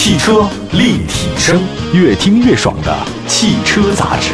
汽车立体声，越听越爽的汽车杂志。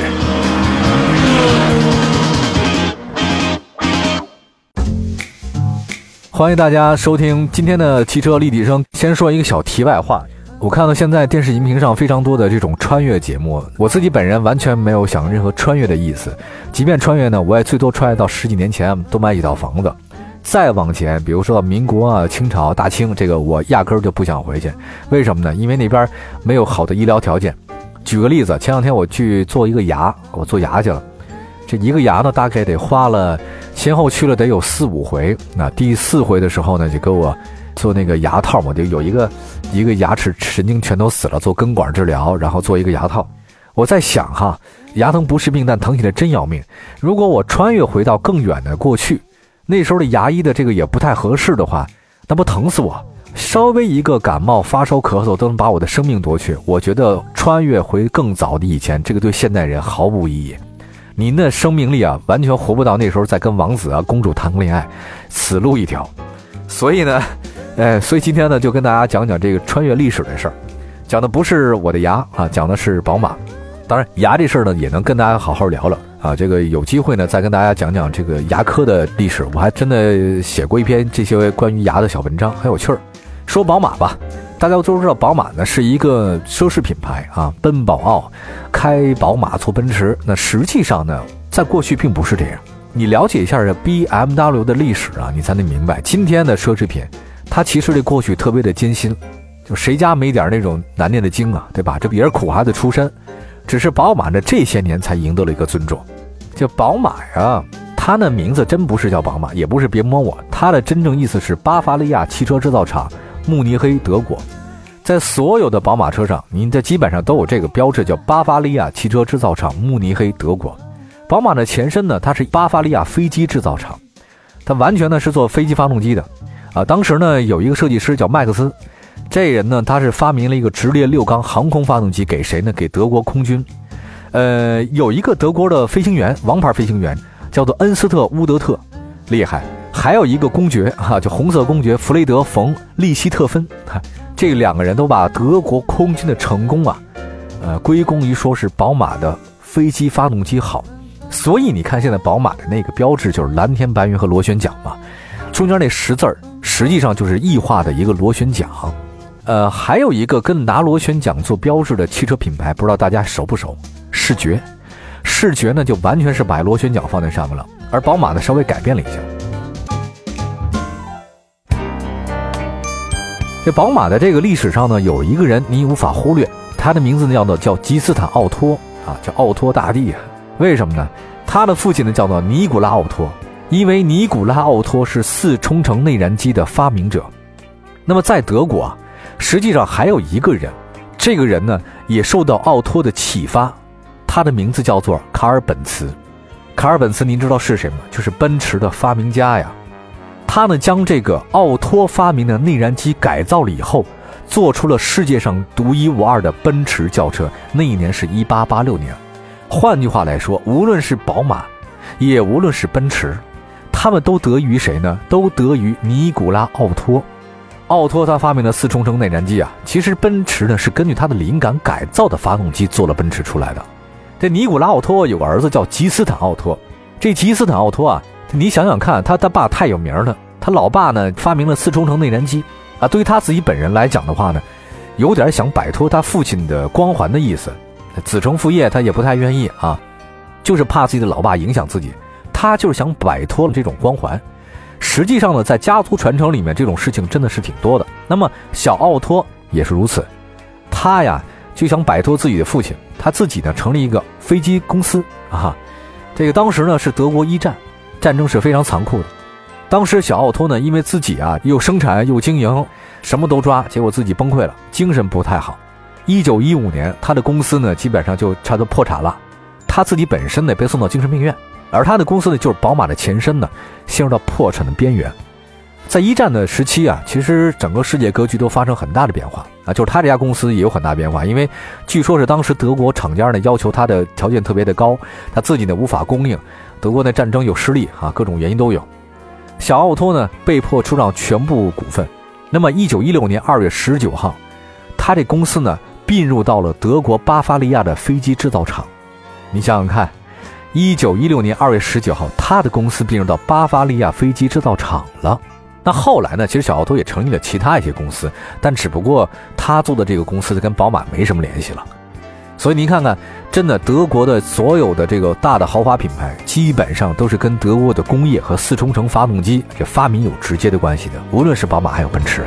欢迎大家收听今天的汽车立体声。先说一个小题外话，我看到现在电视荧屏上非常多的这种穿越节目，我自己本人完全没有想任何穿越的意思，即便穿越呢，我也最多穿越到10几年前多买几套房子，再往前比如说到民国啊、清朝、大清，这个我压根儿就不想回去。为什么呢？因为那边没有好的医疗条件。举个例子，前两天我去做一个牙，我做牙去了，这一个牙呢大概得花了，先后去了得有4、5回。那第4回的时候呢，就给我做那个牙套嘛，就有一个牙齿神经全都死了，做根管治疗，然后做一个牙套。我在想哈，牙疼不是病，但疼起来真要命。如果我穿越回到更远的过去，那时候的牙医的这个也不太合适的话，那不疼死我，稍微一个感冒发烧咳嗽都能把我的生命夺去。我觉得穿越回更早的以前，这个对现代人毫无意义。您的生命力啊，完全活不到那时候再跟王子啊公主谈个恋爱，死路一条。所以呢所以今天呢就跟大家讲讲这个穿越历史的事儿，讲的不是我的牙啊，讲的是宝马。当然牙这事儿呢也能跟大家好好聊聊啊，这个有机会呢再跟大家讲讲这个牙科的历史，我还真的写过一篇这些关于牙的小文章，很有趣儿。说宝马吧，大家都知道宝马呢是一个奢侈品牌啊，奔宝奥，开宝马坐奔驰。那实际上呢在过去并不是这样，你了解一下这 BMW 的历史啊，你才能明白今天的奢侈品它其实这过去特别的艰辛，就谁家没点那种难念的经啊，对吧？这也是苦孩子出身，只是宝马呢这些年才赢得了一个尊重。这宝马呀，它的名字真不是叫宝马，也不是别摸我，它的真正意思是巴伐利亚汽车制造厂，慕尼黑，德国。在所有的宝马车上，您这基本上都有这个标志，叫巴伐利亚汽车制造厂，慕尼黑，德国。宝马的前身呢，它是巴伐利亚飞机制造厂，它完全呢是做飞机发动机的啊。当时呢有一个设计师叫麦克斯，这人呢他是发明了一个直列6缸航空发动机，给谁呢？给德国空军。有一个德国的飞行员，王牌飞行员叫做恩斯特·乌德特，厉害。还有一个公爵啊，就红色公爵弗雷德·冯·利希特芬，这2个人都把德国空军的成功啊，归功于说是宝马的飞机发动机好。所以你看现在宝马的那个标志就是蓝天白云和螺旋桨嘛，中间那10字儿实际上就是异化的一个螺旋桨。还有一个跟拿螺旋桨做标志的汽车品牌，不知道大家熟不熟？视觉。视觉呢就完全是把螺旋桨放在上面了，而宝马呢稍微改变了一下。这宝马的这个历史上呢，有一个人你无法忽略，他的名字呢叫吉斯坦奥托啊，叫奥托大帝啊。为什么呢？他的父亲呢叫做尼古拉奥托，因为尼古拉奥托是4冲程内燃机的发明者。那么在德国啊，实际上还有一个人，这个人呢也受到奥托的启发，他的名字叫做卡尔本茨。卡尔本茨您知道是谁吗？就是奔驰的发明家呀。他呢将这个奥托发明的内燃机改造了以后，做出了世界上独一无二的奔驰轿车。那一年是1886年。换句话来说，无论是宝马也无论是奔驰，他们都得益于谁呢？都得益于尼古拉奥托。奥托他发明的4冲程内燃机啊，其实奔驰呢是根据他的灵感改造的发动机做了奔驰出来的。这尼古拉奥托有个儿子叫吉斯坦奥托，这吉斯坦奥托啊，你想想看，他爸太有名了，他老爸呢发明了4冲程内燃机啊，对于他自己本人来讲的话呢，有点想摆脱他父亲的光环的意思，子承父业他也不太愿意啊，就是怕自己的老爸影响自己，他就是想摆脱了这种光环。实际上呢，在家族传承里面这种事情真的是挺多的。那么小奥托也是如此，他呀就想摆脱自己的父亲，他自己呢成立一个飞机公司啊。这个当时呢是德国1战，战争是非常残酷的。当时小奥托呢因为自己啊又生产又经营，什么都抓，结果自己崩溃了，精神不太好。1915年他的公司呢基本上就差不多破产了，他自己本身呢被送到精神病院，而他的公司呢就是宝马的前身呢陷入到破产的边缘。在1战的时期啊，其实整个世界格局都发生很大的变化啊，就是他这家公司也有很大变化，因为据说是当时德国厂家呢要求他的条件特别的高，他自己呢无法供应，德国的战争又失利啊，各种原因都有。小奥托呢被迫出让全部股份。那么1916年2月19号， 他这公司呢并入到了德国巴伐利亚的飞机制造厂。你想想看，1916年2月19号，他的公司并入到巴伐利亚飞机制造厂了。那后来呢，其实小奥托也成立了其他一些公司，但只不过他做的这个公司跟宝马没什么联系了。所以您看看，真的德国的所有的这个大的豪华品牌，基本上都是跟德国的工业和四冲程发动机这发明有直接的关系的，无论是宝马还有奔驰。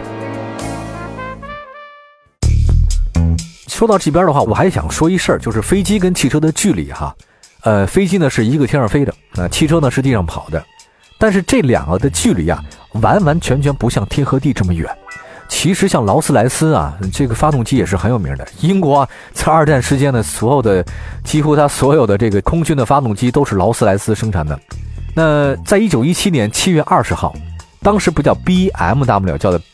说到这边的话，我还想说一事儿，就是飞机跟汽车的距离哈。飞机呢是一个天上飞的，汽车呢是地上跑的，但是这两个的距离啊，完完全全不像天和地这么远。其实像劳斯莱斯啊，这个发动机也是很有名的。英国啊，在二战时间呢，几乎它所有的这个空军的发动机都是劳斯莱斯生产的。那在1917年7月20号，当时不叫 BMW， 叫做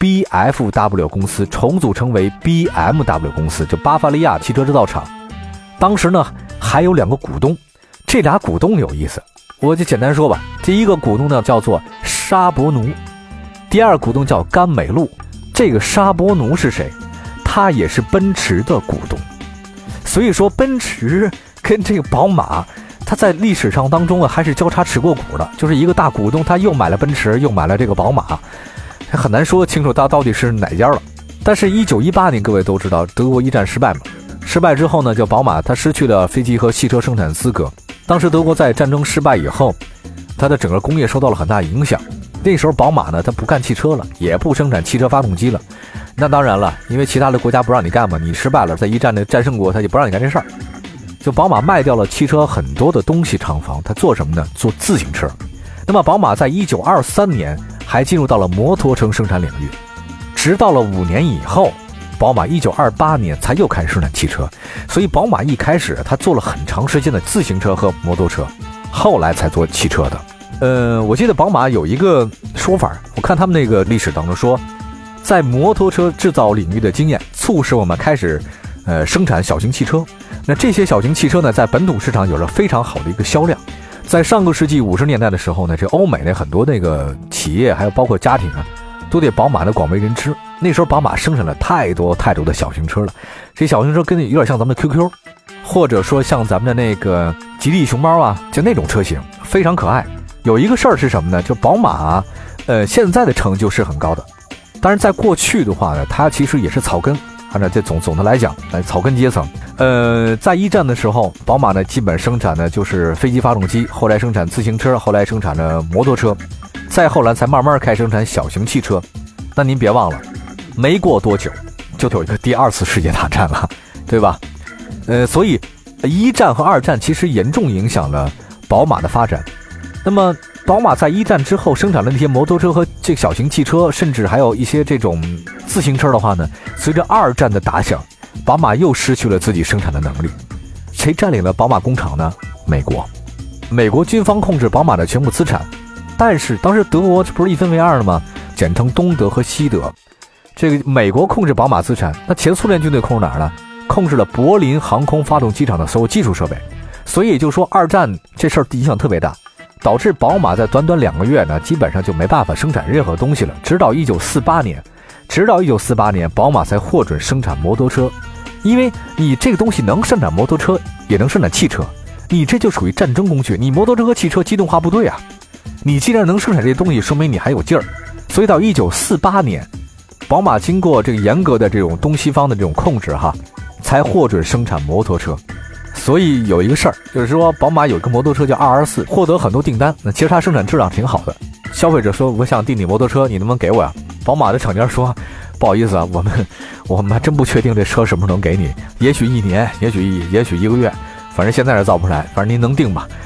BFW 公司重组成为 BMW 公司，就巴伐利亚汽车制造厂。当时呢还有2个股东，这俩股东有意思，我就简单说吧。第一个股东呢叫做沙伯奴，第二股东叫甘美路。这个沙伯奴是谁？他也是奔驰的股东。所以说奔驰跟这个宝马，他在历史上当中啊还是交叉持过股的，就是一个大股东他又买了奔驰又买了这个宝马，很难说清楚他到底是哪家了。但是1918年各位都知道德国一战失败嘛，失败之后呢，就宝马它失去了飞机和汽车生产资格。当时德国在战争失败以后，它的整个工业受到了很大影响。那时候宝马呢，它不干汽车了，也不生产汽车发动机了。那当然了，因为其他的国家不让你干嘛，你失败了，在一战的战胜国，他就不让你干这事儿。就宝马卖掉了汽车很多的东西厂房，它做什么呢？做自行车。那么宝马在1923年还进入到了摩托车生产领域，直到了5年以后，宝马1928年才又开始生产汽车。所以宝马一开始它做了很长时间的自行车和摩托车，后来才做汽车的。我记得宝马有一个说法，我看他们那个历史当中说，在摩托车制造领域的经验促使我们开始生产小型汽车。那这些小型汽车呢，在本土市场有着非常好的一个销量。在上个世纪50年代的时候呢，这欧美的很多那个企业还有包括家庭啊，都对宝马的广为人知。那时候宝马生产了太多的小型车了，这小型车跟有点像咱们的 QQ， 或者说像咱们的那个吉利熊猫啊，就那种车型非常可爱。有一个事儿是什么呢？就宝马现在的成就是很高的，当然在过去的话呢，它其实也是草根，按照这总的来讲，草根阶层。在一战的时候，宝马呢基本生产的就是飞机发动机，后来生产自行车，后来生产了摩托车，再后来才慢慢开始生产小型汽车。那您别忘了，没过多久就有一个第2次世界大战了，对吧？所以一战和二战其实严重影响了宝马的发展。那么宝马在一战之后生产的那些摩托车和这个小型汽车，甚至还有一些这种自行车的话呢，随着二战的打响，宝马又失去了自己生产的能力。谁占领了宝马工厂呢？美国军方控制宝马的全部资产，但是当时德国不是一分为二了吗？简称东德和西德。这个美国控制宝马资产，那前苏联军队控制哪儿呢？控制了柏林航空发动机厂的所有技术设备。所以也就是说，二战这事儿影响特别大，导致宝马在短短2个月呢，基本上就没办法生产任何东西了。直到1948年，宝马才获准生产摩托车。因为你这个东西能生产摩托车，也能生产汽车，你这就属于战争工具。你摩托车和汽车机动化部队啊，你既然能生产这些东西，说明你还有劲儿。所以到1948年，宝马经过这个严格的这种东西方的这种控制哈，才获准生产摩托车。所以有一个事儿，就是说宝马有一个摩托车叫224，获得很多订单。那其实它生产质量挺好的。消费者说我想订你摩托车，你能不能给我呀？宝马的厂家说不好意思啊，我们还真不确定这车什么时候能给你，也许1年，也许1个月，反正现在是造不出来，反正您能订吧。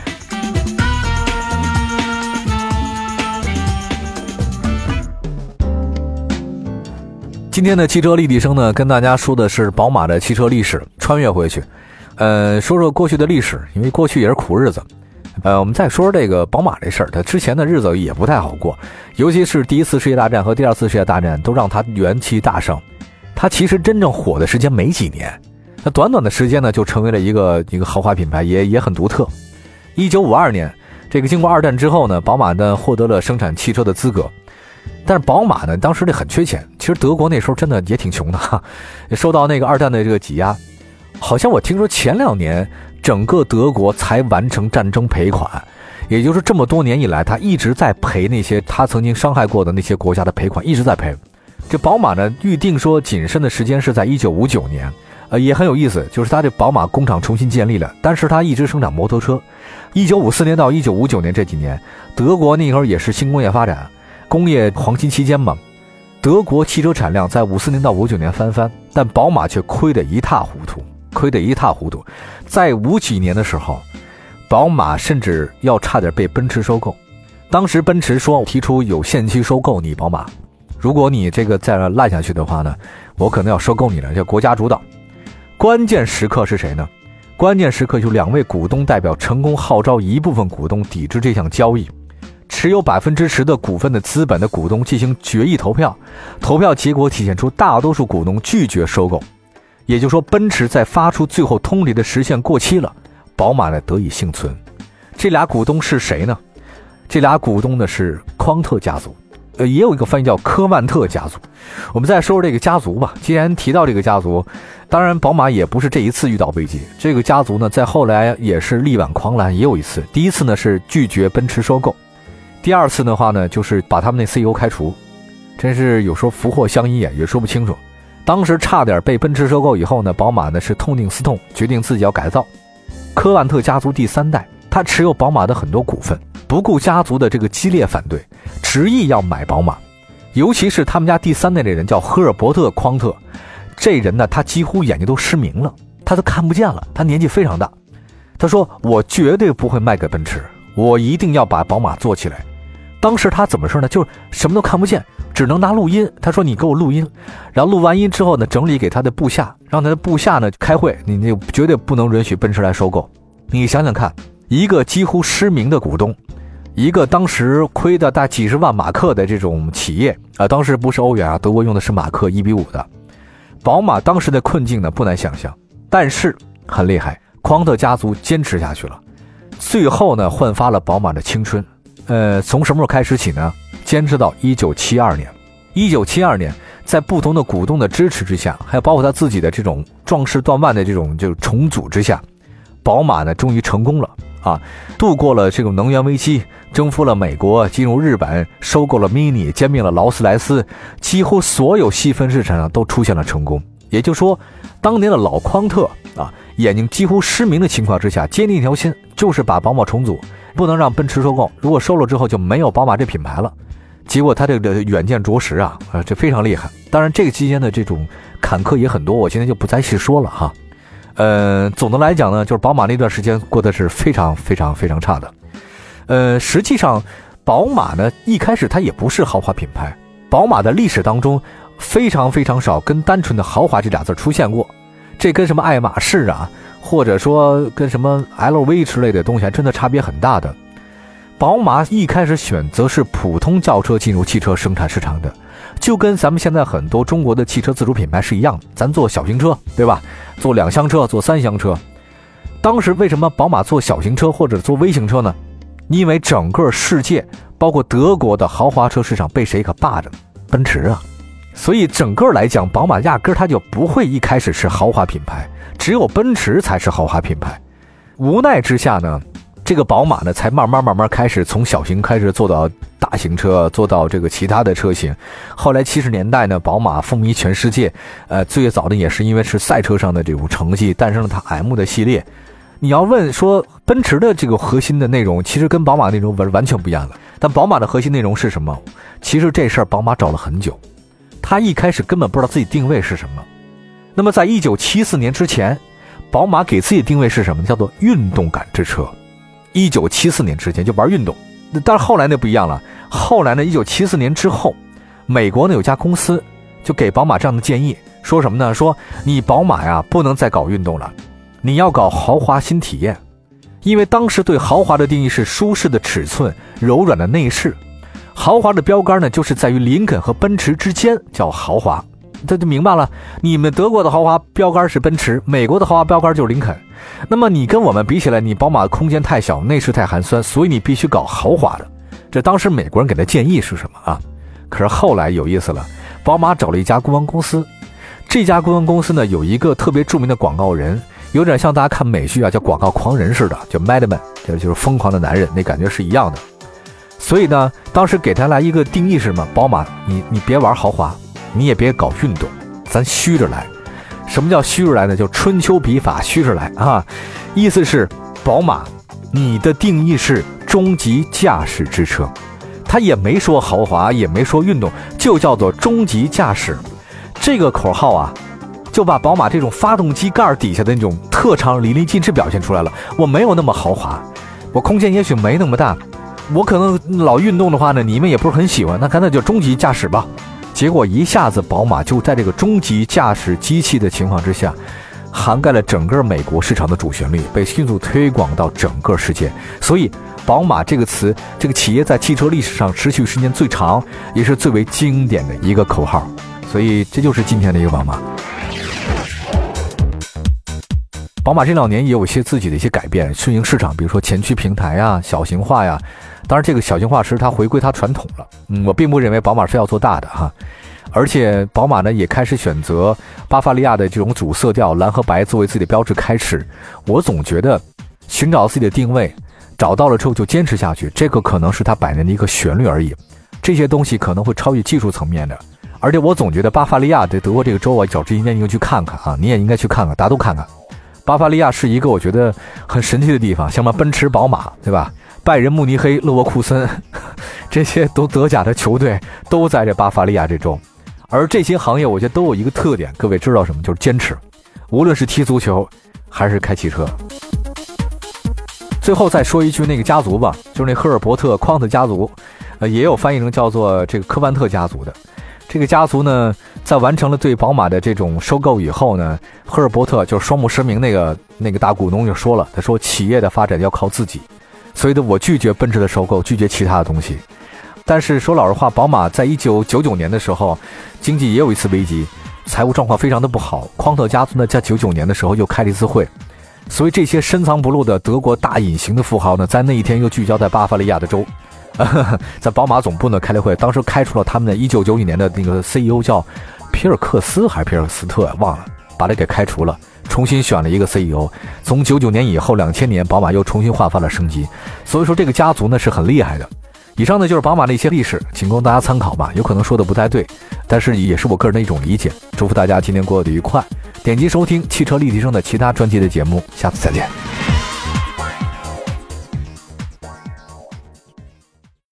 今天的汽车立体声呢，跟大家说的是宝马的汽车历史，穿越回去。说说过去的历史，因为过去也是苦日子。我们再说说这个宝马这事儿，它之前的日子也不太好过，尤其是第1次世界大战和第2次世界大战都让它元气大伤。它其实真正火的时间没几年，那短短的时间呢，就成为了一个豪华品牌，也很独特。1952年，这个经过二战之后呢，宝马呢获得了生产汽车的资格。 但是宝马呢，当时这很缺钱，其实德国那时候真的也挺穷的哈，也受到那个2战的这个挤压，好像我听说前2年整个德国才完成战争赔款，也就是这么多年以来，他一直在赔那些他曾经伤害过的那些国家的赔款，一直在赔。这宝马呢，预定说谨慎的时间是在1959年，也很有意思，就是他这宝马工厂重新建立了，但是他一直生产摩托车。1954年到1959年这几年，德国那会儿也是新工业发展，工业黄金期间嘛，德国汽车产量在54年到59年翻番，但宝马却亏得一塌糊涂。在50几年的时候，宝马甚至要差点被奔驰收购。当时奔驰说提出有限期收购你宝马，如果你这个再烂下去的话呢，我可能要收购你了，叫国家主导。关键时刻是谁呢？关键时刻有2位股东代表成功号召一部分股东抵制这项交易，持有10%的股份的资本的股东进行决议投票，投票结果体现出大多数股东拒绝收购，也就是说奔驰在发出最后通牒的时限过期了，宝马呢得以幸存。这俩股东是谁呢？这俩股东呢是匡特家族，也有一个翻译叫科曼特家族。我们再说说这个家族吧。既然提到这个家族，当然宝马也不是这一次遇到危机，这个家族呢在后来也是力挽狂澜，也有一次。第一次呢是拒绝奔驰收购，第2次的话呢就是把他们那 CEO 开除，真是有时候福祸相依也说不清楚。当时差点被奔驰收购以后呢，宝马呢是痛定思痛，决定自己要改造。科万特家族第3代，他持有宝马的很多股份，不顾家族的这个激烈反对，执意要买宝马。尤其是他们家第3代的人叫赫尔伯特·匡特，这人呢他几乎眼睛都失明了，他都看不见了，他年纪非常大。他说我绝对不会卖给奔驰，我一定要把宝马做起来。当时他怎么说呢？就是什么都看不见，只能拿录音。他说你给我录音，然后录完音之后呢，整理给他的部下，让他的部下呢开会，你就绝对不能允许奔驰来收购。你想想看，一个几乎失明的股东，一个当时亏的大几十万马克的这种企业当时不是欧元啊，德国用的是马克1比5的。宝马当时的困境呢不难想象，但是很厉害，匡特家族坚持下去了，最后呢焕发了宝马的青春。从什么时候开始起呢？坚持到1972年。1972年，在不同的股东的支持之下，还有包括他自己的这种壮士断腕的这种就重组之下，宝马呢终于成功了啊，度过了这种能源危机，征服了美国，进入日本，收购了 Mini， 兼并了劳斯莱斯，几乎所有细分市场上都出现了成功。也就是说，当年的老匡特眼睛几乎失明的情况之下，坚定一条心，就是把宝马重组，不能让奔驰收购，如果收了之后就没有宝马这品牌了。结果他这个远见卓识这非常厉害。当然这个期间的这种坎坷也很多，我今天就不再细说了哈。总的来讲呢，就是宝马那段时间过得是非常非常非常差的。实际上宝马呢一开始它也不是豪华品牌，宝马的历史当中非常非常少跟单纯的豪华这俩字出现过，这跟什么爱马仕或者说跟什么 LV 之类的东西还真的差别很大的。宝马一开始选择是普通轿车进入汽车生产市场的，就跟咱们现在很多中国的汽车自主品牌是一样的，咱做小型车对吧，做2厢车，做3厢车。当时为什么宝马做小型车或者做微型车呢？因为整个世界包括德国的豪华车市场被谁可霸着？奔驰所以整个来讲，宝马压根它就不会一开始是豪华品牌，只有奔驰才是豪华品牌。无奈之下呢，这个宝马呢才慢慢开始从小型开始做到大型车，做到这个其他的车型。后来70年代呢，宝马风靡全世界，最早的也是因为是赛车上的这种成绩，诞生了它 M 的系列。你要问说奔驰的这个核心的内容其实跟宝马内容完全不一样的，但宝马的核心内容是什么？其实这事儿宝马找了很久，他一开始根本不知道自己定位是什么。那么在1974年之前，宝马给自己定位是什么呢？叫做运动感之车。1974年之前就玩运动，但是后来那不一样了。后来呢，1974年之后，美国呢有家公司就给宝马这样的建议，说什么呢？说你宝马不能再搞运动了，你要搞豪华新体验。因为当时对豪华的定义是舒适的尺寸，柔软的内饰。豪华的标杆呢，就是在于林肯和奔驰之间，叫豪华。他就明白了，你们德国的豪华标杆是奔驰，美国的豪华标杆就是林肯。那么你跟我们比起来，你宝马空间太小，内饰太寒酸，所以你必须搞豪华的。这当时美国人给的建议是什么可是后来有意思了，宝马找了一家顾问公司，这家顾问公司呢有一个特别著名的广告人，有点像大家看美剧啊叫广告狂人似的，叫 Madman， 就是疯狂的男人，那感觉是一样的。所以呢，当时给他来一个定义是什么？宝马，你别玩豪华，你也别搞运动，咱虚着来。什么叫虚着来呢？就春秋笔法虚着来啊，意思是宝马，你的定义是中级驾驶之车，他也没说豪华，也没说运动，就叫做中级驾驶。这个口号啊，就把宝马这种发动机盖底下的那种特长淋漓尽致表现出来了。我没有那么豪华，我空间也许没那么大，我可能老运动的话呢，你们也不是很喜欢，那干脆就中级驾驶吧。结果一下子宝马就在这个中级驾驶机器的情况之下，涵盖了整个美国市场的主旋律，被迅速推广到整个世界。所以宝马这个词，这个企业在汽车历史上持续时间最长，也是最为经典的一个口号。所以这就是今天的一个宝马。宝马这2年也有一些自己的一些改变，顺应市场，比如说前驱平台啊、小型化呀。当然这个小型化是它回归它传统了，我并不认为宝马非要做大的哈。而且宝马呢也开始选择巴伐利亚的这种主色调蓝和白作为自己的标志开始。我总觉得寻找自己的定位，找到了之后就坚持下去，这个可能是它100年的一个旋律而已。这些东西可能会超越技术层面的。而且我总觉得巴伐利亚的德国这个州啊，找这今天应该去看看啊，你也应该去看看，大家都看看。巴伐利亚是一个我觉得很神奇的地方，像什么奔驰、宝马，对吧？拜仁慕尼黑、勒沃库森，这些都德甲的球队都在这巴伐利亚这州。而这些行业我觉得都有一个特点，各位知道什么？就是坚持，无论是踢足球还是开汽车。最后再说一句那个家族吧，就是那赫尔伯特匡特家族，也有翻译成叫做这个科万特家族的。这个家族呢，在完成了对宝马的这种收购以后呢，赫尔伯特就是双目失明那个大股东就说了，他说企业的发展要靠自己，所以我拒绝奔驰的收购，拒绝其他的东西。但是说老实话，宝马在1999年的时候，经济也有一次危机，财务状况非常的不好。匡特家族呢，在99年的时候又开了一次会，所以这些深藏不露的德国大隐形的富豪呢，在那一天又聚焦在巴伐利亚的州。在宝马总部呢开了会，当时开除了他们的1990年的那个 CEO 叫皮尔克斯还是皮尔斯特忘了，把他给开除了，重新选了一个 CEO。 从99年以后2000年宝马又重新焕发了生机，所以说这个家族呢是很厉害的。以上呢就是宝马的一些历史，仅供大家参考吧，有可能说的不太对，但是也是我个人的一种理解。祝福大家今天过得愉快，点击收听汽车立体声的其他专辑的节目，下次再见。